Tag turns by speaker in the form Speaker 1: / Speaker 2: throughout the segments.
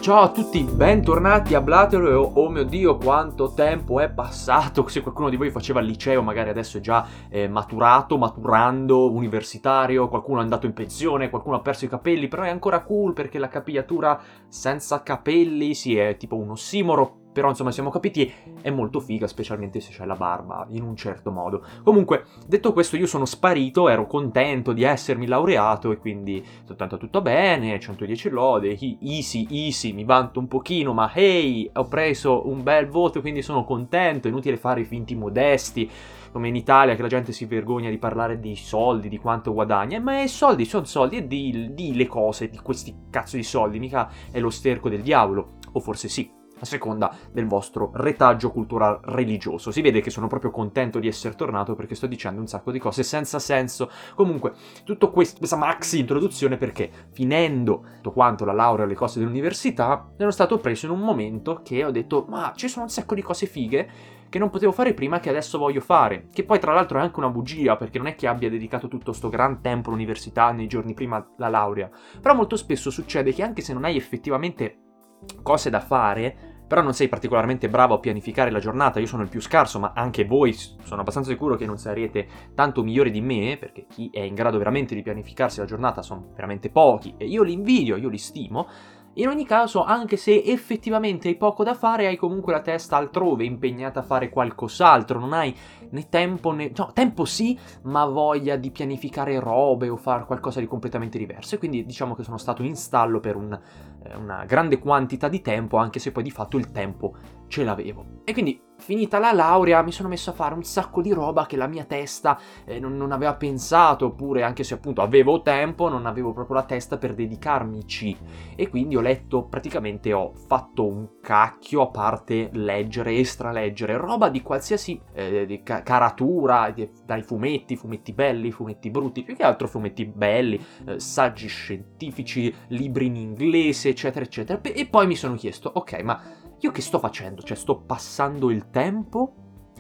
Speaker 1: Ciao a tutti, bentornati a Blatero. Oh mio Dio, quanto tempo è passato. Se qualcuno di voi faceva il liceo, magari adesso è già maturando, universitario, qualcuno è andato in pensione, qualcuno ha perso i capelli, però è ancora cool perché la capigliatura senza capelli, sì, è tipo un ossimoro, però insomma siamo capiti, è molto figa, specialmente se c'è la barba, in un certo modo. Comunque, detto questo, io sono sparito, ero contento di essermi laureato e quindi soltanto tutto bene, 110 lode, easy, mi vanto un pochino, ma hey, ho preso un bel voto, quindi sono contento, è inutile fare i finti modesti, come in Italia che la gente si vergogna di parlare di soldi, di quanto guadagna, ma i soldi sono soldi e di le cose, di questi cazzo di soldi, mica è lo sterco del diavolo, o forse sì, a seconda del vostro retaggio culturale religioso. Si vede che sono proprio contento di essere tornato perché sto dicendo un sacco di cose senza senso. Comunque, tutto questa maxi introduzione perché finendo tutto quanto la laurea e le cose dell'università, sono stato preso in un momento che ho detto ma ci sono un sacco di cose fighe che non potevo fare prima che adesso voglio fare, che poi tra l'altro è anche una bugia perché non è che abbia dedicato tutto sto gran tempo all'università nei giorni prima la laurea, però molto spesso succede che anche se non hai effettivamente cose da fare, però non sei particolarmente bravo a pianificare la giornata, io sono il più scarso, ma anche voi sono abbastanza sicuro che non sarete tanto migliori di me, perché chi è in grado veramente di pianificarsi la giornata sono veramente pochi, e io li invidio, io li stimo. In ogni caso, anche se effettivamente hai poco da fare, hai comunque la testa altrove, impegnata a fare qualcos'altro, non hai né tempo né... no, tempo sì, ma voglia di pianificare robe o fare qualcosa di completamente diverso, e quindi diciamo che sono stato in stallo per una grande quantità di tempo, anche se poi di fatto il tempo ce l'avevo. E quindi, finita la laurea, mi sono messo a fare un sacco di roba che la mia testa non aveva pensato, oppure anche se appunto avevo tempo, non avevo proprio la testa per dedicarmici. E quindi ho letto, praticamente ho fatto un cacchio, a parte leggere, extraleggere, roba di qualsiasi di caratura, dai fumetti belli, fumetti brutti, più che altro fumetti belli, saggi scientifici, libri in inglese, eccetera, eccetera. E poi mi sono chiesto, ok, ma io che sto facendo? Cioè, sto passando il tempo?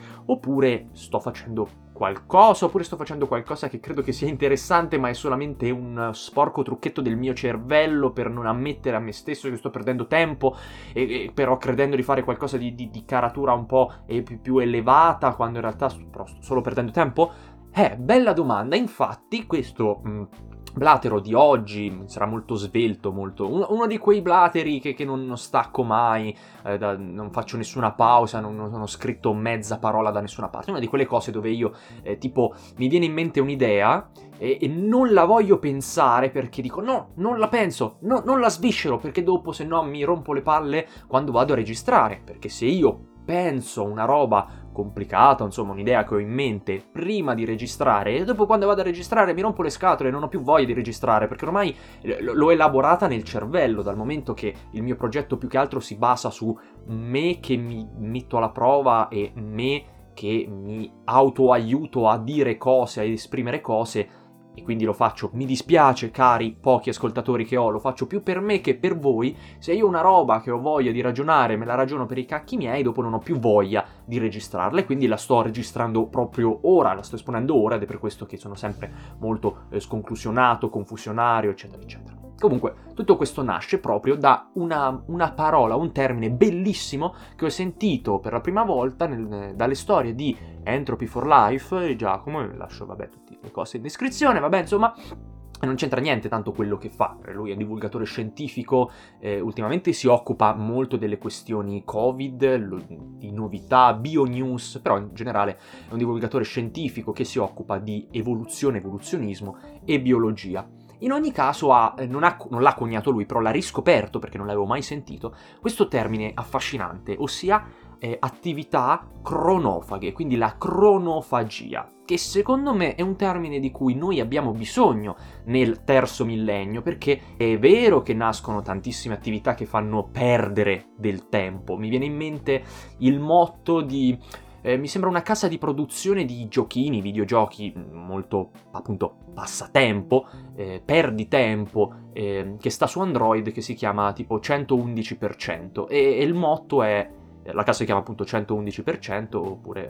Speaker 1: Oppure sto facendo qualcosa? Oppure sto facendo qualcosa che credo che sia interessante, ma è solamente un sporco trucchetto del mio cervello per non ammettere a me stesso che sto perdendo tempo, e però credendo di fare qualcosa di caratura un po' più elevata, quando in realtà sto solo perdendo tempo? Bella domanda. Infatti, questo... Blatero di oggi sarà molto svelto, molto uno di quei blateri che non stacco mai, non faccio nessuna pausa, non ho scritto mezza parola da nessuna parte. Una di quelle cose dove io tipo mi viene in mente un'idea e non la voglio pensare perché dico no, non la penso, no, non la sviscero perché dopo se no mi rompo le palle quando vado a registrare, perché se io penso una roba complicata, insomma un'idea che ho in mente prima di registrare e dopo quando vado a registrare mi rompo le scatole e non ho più voglia di registrare perché ormai l'ho elaborata nel cervello, dal momento che il mio progetto più che altro si basa su me che mi metto alla prova e me che mi autoaiuto a dire cose, a esprimere cose. E quindi lo faccio, mi dispiace cari pochi ascoltatori che ho, lo faccio più per me che per voi. Se io ho una roba che ho voglia di ragionare, me la ragiono per i cacchi miei, dopo non ho più voglia di registrarla e quindi la sto registrando proprio ora, la sto esponendo ora ed è per questo che sono sempre molto sconclusionato, confusionario, eccetera, eccetera. Comunque, tutto questo nasce proprio da una parola, un termine bellissimo che ho sentito per la prima volta dalle storie di Entropy for Life e Giacomo, lascio vabbè tutte le cose in descrizione, vabbè insomma non c'entra niente tanto quello che fa, lui è un divulgatore scientifico, ultimamente si occupa molto delle questioni Covid, di novità, bionews, però in generale è un divulgatore scientifico che si occupa di evoluzione, evoluzionismo e biologia. In ogni caso non l'ha coniato lui, però l'ha riscoperto, perché non l'avevo mai sentito, questo termine affascinante, ossia attività cronofaghe, quindi la cronofagia, che secondo me è un termine di cui noi abbiamo bisogno nel terzo millennio, perché è vero che nascono tantissime attività che fanno perdere del tempo. Mi viene in mente il motto di... mi sembra una casa di produzione di giochini, videogiochi, molto appunto passatempo, perdi tempo, che sta su Android, che si chiama tipo 111%, e il motto è, la casa si chiama appunto 111% oppure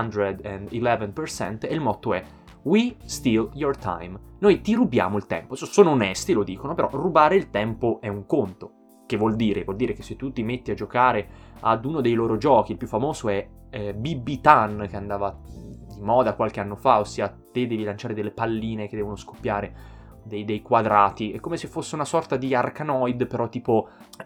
Speaker 1: 111%, e il motto è We steal your time. Noi ti rubiamo il tempo. Sono onesti, lo dicono, però rubare il tempo è un conto. Che vuol dire? Vuol dire che se tu ti metti a giocare ad uno dei loro giochi, il più famoso è BB-Tan, che andava di moda qualche anno fa, ossia te devi lanciare delle palline che devono scoppiare dei quadrati, è come se fosse una sorta di Arkanoid, però tipo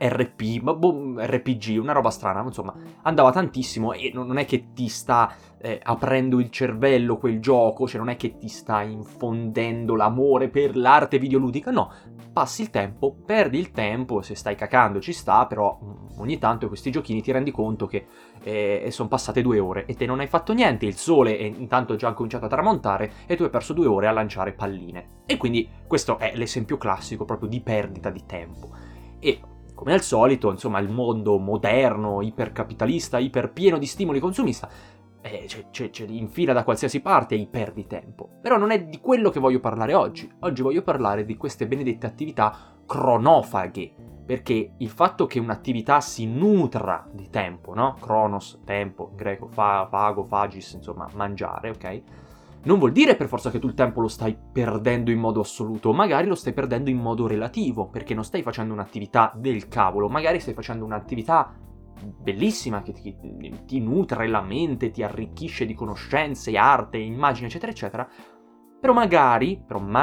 Speaker 1: RPG, una roba strana, insomma, andava tantissimo e non è che ti sta aprendo il cervello quel gioco, cioè non è che ti sta infondendo l'amore per l'arte videoludica, no, passi il tempo, perdi il tempo, se stai cacando ci sta, però ogni tanto questi giochini ti rendi conto che sono passate 2 ore e te non hai fatto niente, il sole è intanto già cominciato a tramontare e tu hai perso 2 ore a lanciare palline. E quindi questo è l'esempio classico proprio di perdita di tempo. E come al solito, insomma, il mondo moderno, ipercapitalista, iperpieno di stimoli consumista, c'è infila da qualsiasi parte e perdi tempo. Però non è di quello che voglio parlare oggi. Oggi voglio parlare di queste benedette attività cronofaghe, perché il fatto che un'attività si nutra di tempo, no? Chronos, tempo, in greco, fago, phagis, insomma, mangiare, ok? Non vuol dire per forza che tu il tempo lo stai perdendo in modo assoluto, magari lo stai perdendo in modo relativo, perché non stai facendo un'attività del cavolo, magari stai facendo un'attività bellissima che ti nutre la mente, ti arricchisce di conoscenze, arte, immagini, eccetera, eccetera, però magari,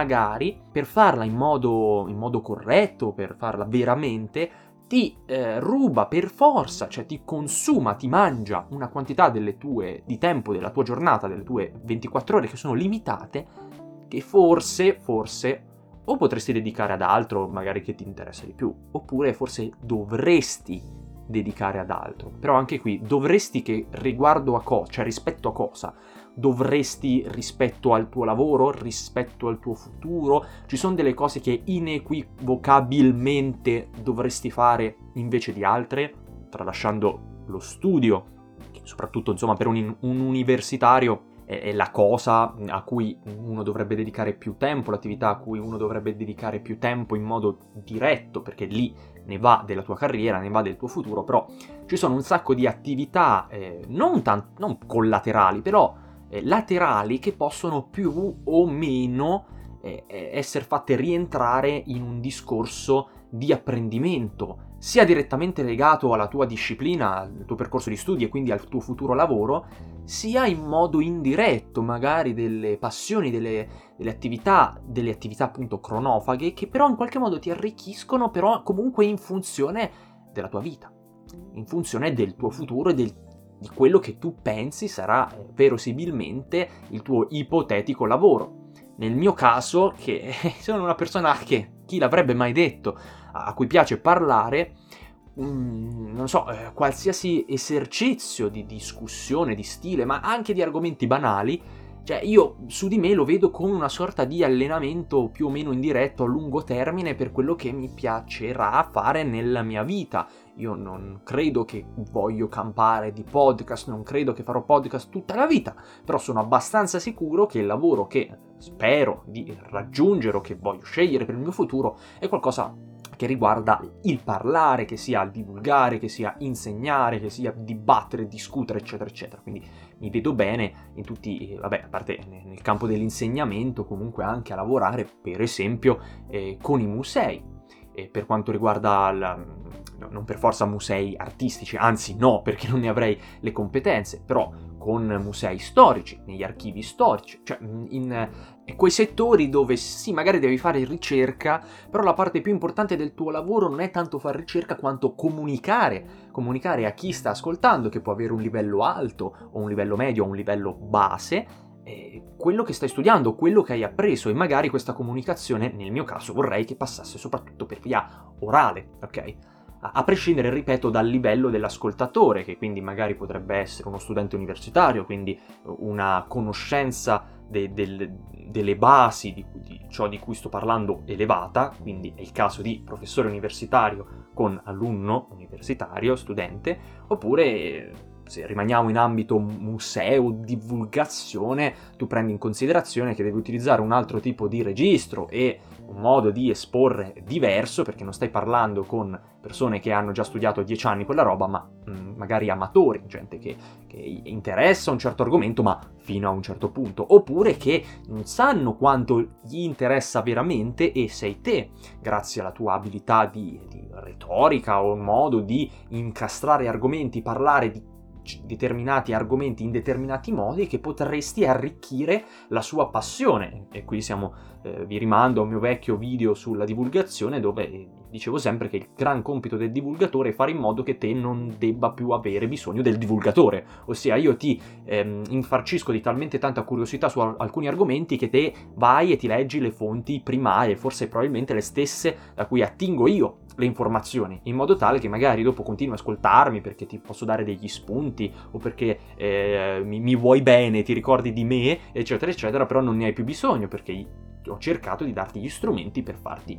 Speaker 1: per farla in modo corretto, per farla veramente, ti ruba per forza, cioè ti consuma, ti mangia una quantità di tempo della tua giornata, delle tue 24 ore che sono limitate, che forse, o potresti dedicare ad altro, magari che ti interessa di più, oppure forse dovresti dedicare ad altro. Però anche qui, dovresti che riguardo a cosa, cioè rispetto a cosa? Dovresti rispetto al tuo lavoro, rispetto al tuo futuro? Ci sono delle cose che inequivocabilmente dovresti fare invece di altre, tralasciando lo studio, che soprattutto insomma per un universitario è la cosa a cui uno dovrebbe dedicare più tempo, l'attività a cui uno dovrebbe dedicare più tempo in modo diretto, perché lì ne va della tua carriera, ne va del tuo futuro, però ci sono un sacco di attività non collaterali, però laterali, che possono più o meno essere fatte rientrare in un discorso di apprendimento, sia direttamente legato alla tua disciplina, al tuo percorso di studi e quindi al tuo futuro lavoro, sia in modo indiretto, magari delle passioni, delle attività appunto cronofaghe, che però in qualche modo ti arricchiscono, però comunque in funzione della tua vita, in funzione del tuo futuro e di quello che tu pensi sarà verosimilmente il tuo ipotetico lavoro. Nel mio caso, che sono una persona che, chi l'avrebbe mai detto, a cui piace parlare, non so, qualsiasi esercizio di discussione, di stile, ma anche di argomenti banali, cioè io su di me lo vedo come una sorta di allenamento più o meno indiretto a lungo termine per quello che mi piacerà fare nella mia vita. Io non credo che voglio campare di podcast, non credo che farò podcast tutta la vita, però sono abbastanza sicuro che il lavoro che spero di raggiungere o che voglio scegliere per il mio futuro è qualcosa che riguarda il parlare, che sia il divulgare, che sia insegnare, che sia dibattere, discutere, eccetera, eccetera. Quindi mi vedo bene in tutti, a parte nel campo dell'insegnamento, comunque anche a lavorare, per esempio, con i musei. Per quanto riguarda non per forza musei artistici, anzi no, perché non ne avrei le competenze, però con musei storici, negli archivi storici, cioè in quei settori dove sì, magari devi fare ricerca, però la parte più importante del tuo lavoro non è tanto fare ricerca quanto comunicare a chi sta ascoltando, che può avere un livello alto o un livello medio o un livello base, quello che stai studiando, quello che hai appreso, e magari questa comunicazione, nel mio caso, vorrei che passasse soprattutto per via orale, ok? A prescindere, ripeto, dal livello dell'ascoltatore, che quindi magari potrebbe essere uno studente universitario, quindi una conoscenza delle basi di ciò di cui sto parlando elevata, quindi è il caso di professore universitario con alunno universitario, studente, oppure se rimaniamo in ambito museo, divulgazione, tu prendi in considerazione che devi utilizzare un altro tipo di registro e un modo di esporre diverso, perché non stai parlando con persone che hanno già studiato 10 anni quella roba, ma magari amatori, gente che interessa un certo argomento, ma fino a un certo punto, oppure che non sanno quanto gli interessa veramente e sei te, grazie alla tua abilità di retorica o un modo di incastrare argomenti, parlare di determinati argomenti in determinati modi, che potresti arricchire la sua passione. E qui vi rimando a un mio vecchio video sulla divulgazione, dove dicevo sempre che il gran compito del divulgatore è fare in modo che te non debba più avere bisogno del divulgatore, ossia io ti infarcisco di talmente tanta curiosità su alcuni argomenti che te vai e ti leggi le fonti primarie, forse probabilmente le stesse da cui attingo io le informazioni, in modo tale che magari dopo continui a ascoltarmi perché ti posso dare degli spunti o perché mi vuoi bene, ti ricordi di me, eccetera eccetera, però non ne hai più bisogno perché ho cercato di darti gli strumenti per farti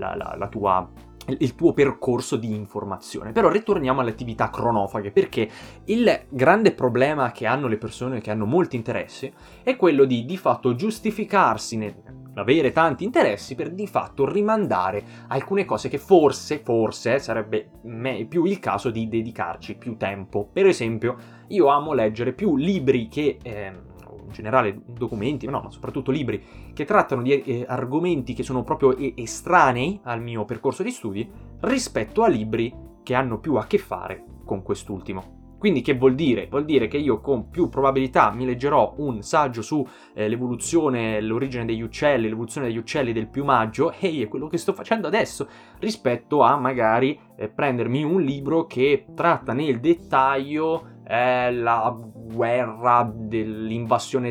Speaker 1: il tuo percorso di informazione. Però ritorniamo alle attività cronofaghe, perché il grande problema che hanno le persone che hanno molti interessi è quello di fatto giustificarsi nell'avere tanti interessi per di fatto rimandare alcune cose che forse sarebbe più il caso di dedicarci più tempo. Per esempio, io amo leggere più libri che in generale documenti, ma soprattutto libri che trattano di argomenti che sono proprio estranei al mio percorso di studi, rispetto a libri che hanno più a che fare con quest'ultimo. Quindi che vuol dire? Vuol dire che io con più probabilità mi leggerò un saggio su l'evoluzione, l'origine degli uccelli, l'evoluzione degli uccelli del piumaggio, e è quello che sto facendo adesso, rispetto a magari prendermi un libro che tratta nel dettaglio la guerra dell'invasione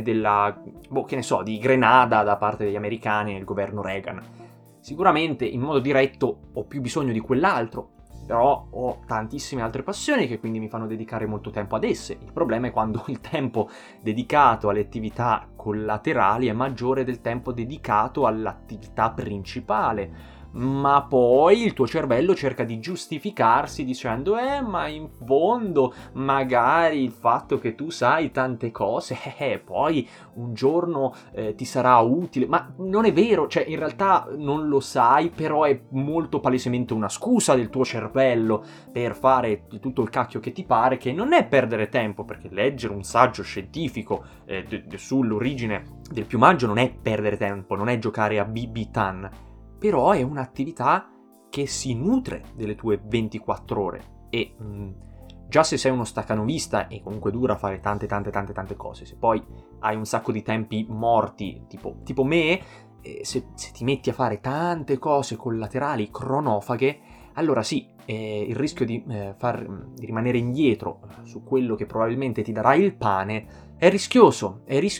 Speaker 1: di Grenada da parte degli americani nel governo Reagan. Sicuramente in modo diretto ho più bisogno di quell'altro, però ho tantissime altre passioni che quindi mi fanno dedicare molto tempo ad esse. Il problema è quando il tempo dedicato alle attività collaterali è maggiore del tempo dedicato all'attività principale. Ma poi il tuo cervello cerca di giustificarsi dicendo ma in fondo magari il fatto che tu sai tante cose poi un giorno ti sarà utile. Ma non è vero, cioè in realtà non lo sai, però è molto palesemente una scusa del tuo cervello per fare tutto il cacchio che ti pare, che non è perdere tempo, perché leggere un saggio scientifico sull'origine del piumaggio non è perdere tempo, non è giocare a BB Tan. Però è un'attività che si nutre delle tue 24 ore e già se sei uno staccanovista e comunque dura fare tante cose, se poi hai un sacco di tempi morti tipo me, se ti metti a fare tante cose collaterali, cronofaghe, allora sì, il rischio di rimanere indietro su quello che probabilmente ti darà il pane è rischioso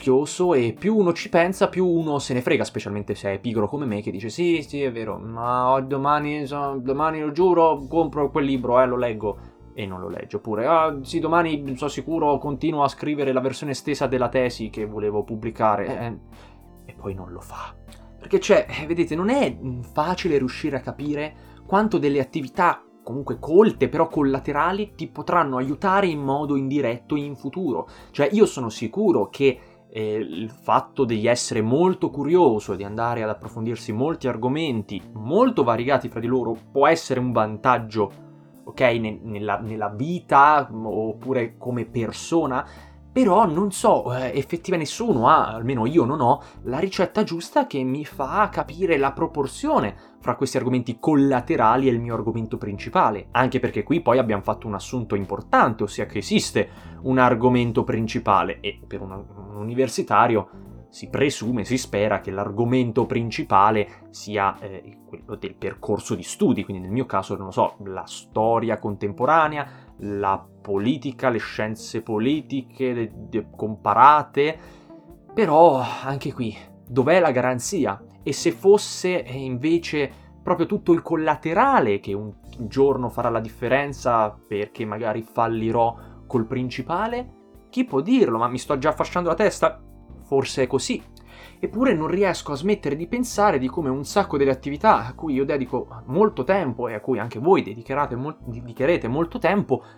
Speaker 1: e più uno ci pensa più uno se ne frega, specialmente se è pigro come me che dice sì è vero, ma domani lo giuro compro quel libro, lo leggo, e non lo legge. Oppure sì, domani sono sicuro continuo a scrivere la versione estesa della tesi che volevo pubblicare, e poi non lo fa. Perché vedete, non è facile riuscire a capire quanto delle attività comunque colte, però collaterali, ti potranno aiutare in modo indiretto in futuro. Cioè io sono sicuro che il fatto di essere molto curioso e di andare ad approfondirsi molti argomenti molto variegati fra di loro può essere un vantaggio, ok, nella vita oppure come persona. Però non so, effettivamente nessuno ha, almeno io non ho, la ricetta giusta che mi fa capire la proporzione fra questi argomenti collaterali e il mio argomento principale. Anche perché qui poi abbiamo fatto un assunto importante, ossia che esiste un argomento principale e per un universitario si presume, si spera che l'argomento principale sia quello del percorso di studi, quindi nel mio caso, non lo so, la storia contemporanea, la politica, le scienze politiche comparate. Però anche qui, dov'è la garanzia? E se fosse invece proprio tutto il collaterale che un giorno farà la differenza perché magari fallirò col principale? Chi può dirlo? Ma mi sto già fasciando la testa? Forse è così. Eppure non riesco a smettere di pensare di come un sacco delle attività a cui io dedico molto tempo e a cui anche voi dedicherete molto tempo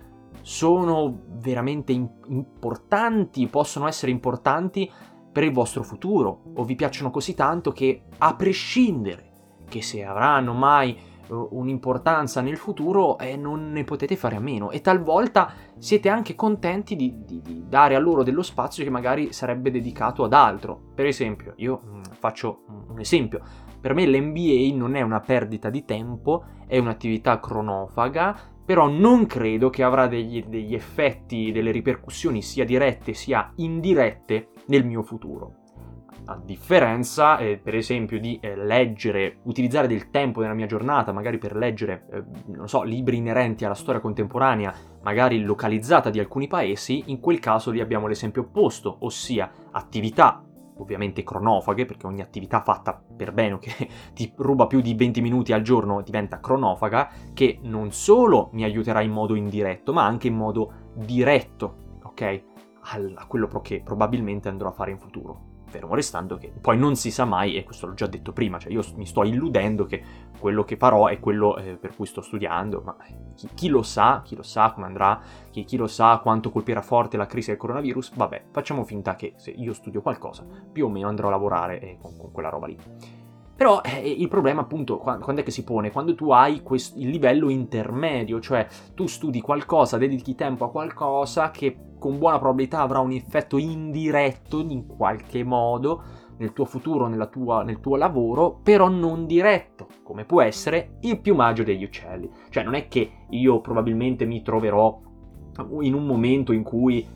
Speaker 1: sono veramente importanti, possono essere importanti per il vostro futuro, o vi piacciono così tanto che, a prescindere che se avranno mai un'importanza nel futuro, non ne potete fare a meno, e talvolta siete anche contenti di dare a loro dello spazio che magari sarebbe dedicato ad altro. Per esempio, io faccio un esempio: per me l'NBA non è una perdita di tempo, è un'attività cronofaga, però non credo che avrà degli effetti, delle ripercussioni sia dirette sia indirette nel mio futuro. A differenza, per esempio, di leggere, utilizzare del tempo nella mia giornata, magari per leggere, non so, libri inerenti alla storia contemporanea, magari localizzata di alcuni paesi, in quel caso lì abbiamo l'esempio opposto, ossia attività ovviamente cronofaghe, perché ogni attività fatta per bene o che ti ruba più di 20 minuti al giorno diventa cronofaga, che non solo mi aiuterà in modo indiretto, ma anche in modo diretto, ok? A quello che probabilmente andrò a fare in futuro. Fermo restando che poi non si sa mai, e questo l'ho già detto prima, cioè io mi sto illudendo che quello che farò è quello per cui sto studiando, ma chi lo sa come andrà, chi lo sa quanto colpirà forte la crisi del coronavirus. Vabbè, facciamo finta che se io studio qualcosa, più o meno andrò a lavorare con quella roba lì. Però il problema appunto quando è che si pone? Quando tu hai il livello intermedio, cioè tu studi qualcosa, dedichi tempo a qualcosa che con buona probabilità avrà un effetto indiretto in qualche modo nel tuo futuro, nel tuo lavoro, però non diretto, come può essere il piumaggio degli uccelli. Cioè non è che io probabilmente mi troverò in un momento in cui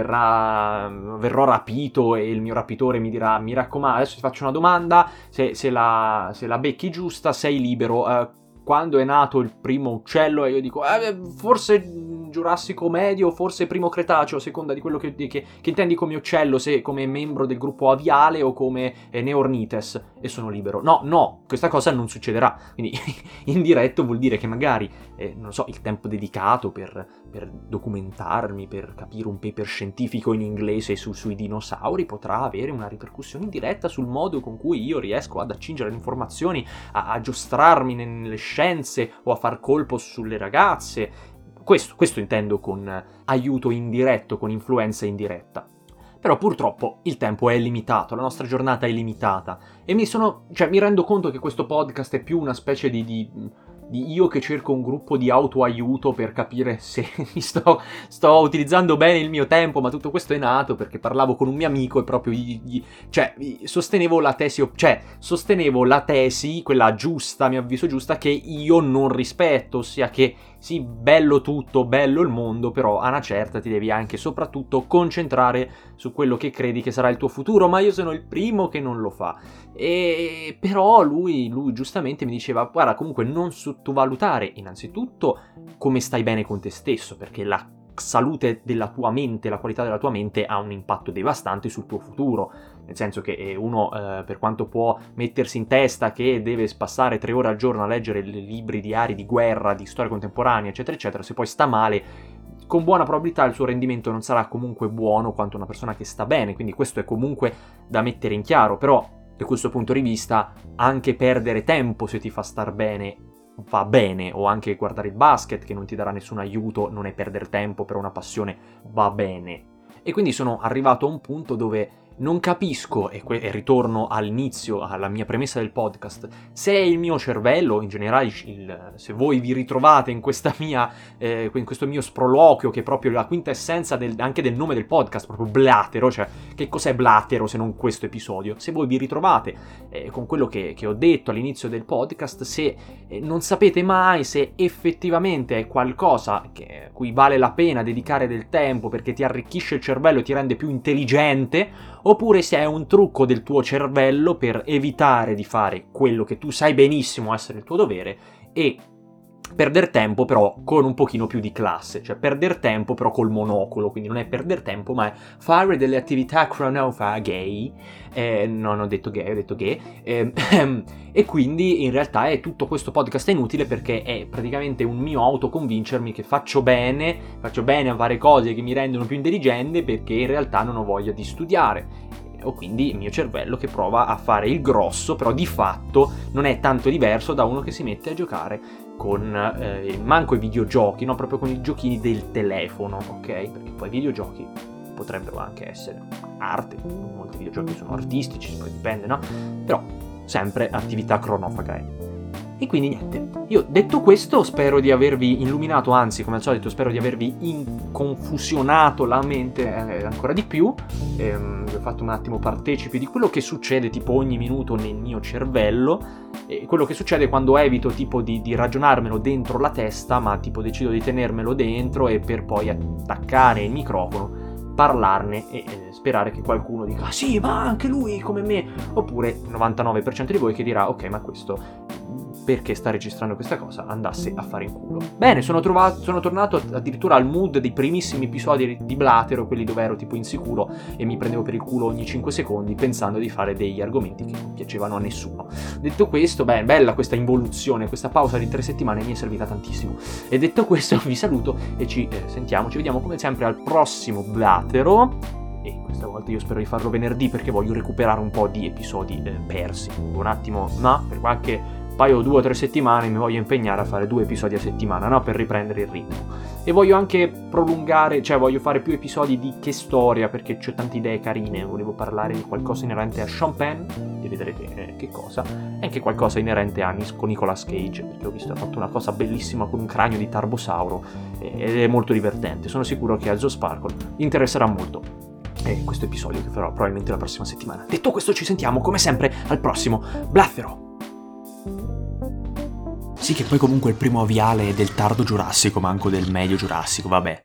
Speaker 1: verrò rapito e il mio rapitore mi dirà: mi raccomando, adesso ti faccio una domanda, se la becchi giusta sei libero. Quando è nato il primo uccello? E io dico forse Giurassico medio, forse primo Cretaceo, a seconda di quello che intendi come uccello, se come membro del gruppo aviale o come Neornites, e sono libero. No, questa cosa non succederà. Quindi indiretto vuol dire che magari non so, il tempo dedicato per documentarmi, per capire un paper scientifico in inglese sui dinosauri potrà avere una ripercussione indiretta sul modo con cui io riesco ad accingere le informazioni, a giostrarmi nelle scienze o a far colpo sulle ragazze. Questo intendo con aiuto indiretto, con influenza indiretta. Però purtroppo il tempo è limitato, la nostra giornata è limitata, e mi rendo conto che questo podcast è più una specie di io che cerco un gruppo di autoaiuto per capire se sto utilizzando bene il mio tempo, ma tutto questo è nato perché parlavo con un mio amico e proprio sostenevo la tesi, quella giusta, a mio avviso giusta, che io non rispetto, ossia che sì, bello tutto, bello il mondo, però a una certa ti devi anche soprattutto concentrare su quello che credi che sarà il tuo futuro, ma io sono il primo che non lo fa. E però lui giustamente mi diceva: guarda, comunque non sottovalutare innanzitutto come stai bene con te stesso, perché la salute della tua mente, la qualità della tua mente ha un impatto devastante sul tuo futuro, nel senso che uno per quanto può mettersi in testa che deve passare 3 ore al giorno a leggere libri diari di guerra, di storia contemporanea, eccetera eccetera, se poi sta male, con buona probabilità il suo rendimento non sarà comunque buono quanto una persona che sta bene. Quindi questo è comunque da mettere in chiaro. Però da questo punto di vista anche perdere tempo, se ti fa star bene, va bene, o anche guardare il basket che non ti darà nessun aiuto, non è perdere tempo, per una passione va bene. E quindi sono arrivato a un punto dove non capisco, e ritorno all'inizio, alla mia premessa del podcast, se è il mio cervello, in generale, se voi vi ritrovate in questo mio sproloquio, che è proprio la quintessenza anche del nome del podcast, proprio blatero, cioè che cos'è blatero se non questo episodio? Se voi vi ritrovate con quello che ho detto all'inizio del podcast, se non sapete mai se effettivamente è qualcosa a cui vale la pena dedicare del tempo perché ti arricchisce il cervello e ti rende più intelligente, oppure se è un trucco del tuo cervello per evitare di fare quello che tu sai benissimo essere il tuo dovere e perder tempo però con un pochino più di classe, cioè perder tempo però col monocolo, quindi non è perder tempo ma è fare delle attività cronofaghe, non ho detto gay, ho detto gay, e quindi in realtà tutto questo podcast è inutile perché è praticamente un mio autoconvincermi che faccio bene a fare cose che mi rendono più intelligente, perché in realtà non ho voglia di studiare. o quindi il mio cervello che prova a fare il grosso, però di fatto non è tanto diverso da uno che si mette a giocare con manco i videogiochi, no? Proprio con i giochini del telefono, ok? Perché poi i videogiochi potrebbero anche essere arte, molti videogiochi sono artistici, poi dipende, no? Però sempre attività cronofaga. E quindi niente, io detto questo spero di avervi illuminato, anzi come al solito spero di avervi inconfusionato la mente ancora di più, vi ho fatto un attimo partecipi di quello che succede tipo ogni minuto nel mio cervello, e quello che succede quando evito tipo di ragionarmelo dentro la testa, ma tipo decido di tenermelo dentro e per poi attaccare il microfono, parlarne e sperare che qualcuno dica sì ma anche lui come me, oppure il 99% di voi che dirà ok ma questo perché sta registrando questa cosa andasse a fare in culo. Bene, sono tornato addirittura al mood dei primissimi episodi di Blatero, quelli dove ero tipo insicuro e mi prendevo per il culo ogni 5 secondi pensando di fare degli argomenti che non piacevano a nessuno. Detto questo, bella questa involuzione, questa pausa di 3 settimane mi è servita tantissimo. E detto questo vi saluto e ci vediamo come sempre al prossimo Blatero. E questa volta io spero di farlo venerdì perché voglio recuperare un po' di episodi persi. Un attimo, ma per qualche paio 2 o 3 settimane mi voglio impegnare a fare 2 episodi a settimana, no? Per riprendere il ritmo. E voglio anche prolungare, cioè voglio fare più episodi di Che Storia, perché c'ho tante idee carine. Volevo parlare di qualcosa inerente a Sean Penn, e vedrete che cosa, e anche qualcosa inerente a con Nicolas Cage, perché ho visto che ha fatto una cosa bellissima con un cranio di Tarbosauro, ed è molto divertente. Sono sicuro che a Joe Sparkle interesserà molto questo episodio che farò probabilmente la prossima settimana. Detto questo ci sentiamo come sempre al prossimo Blatero. Sì, che poi comunque il primo viale è del tardo giurassico, ma anche del medio giurassico, vabbè.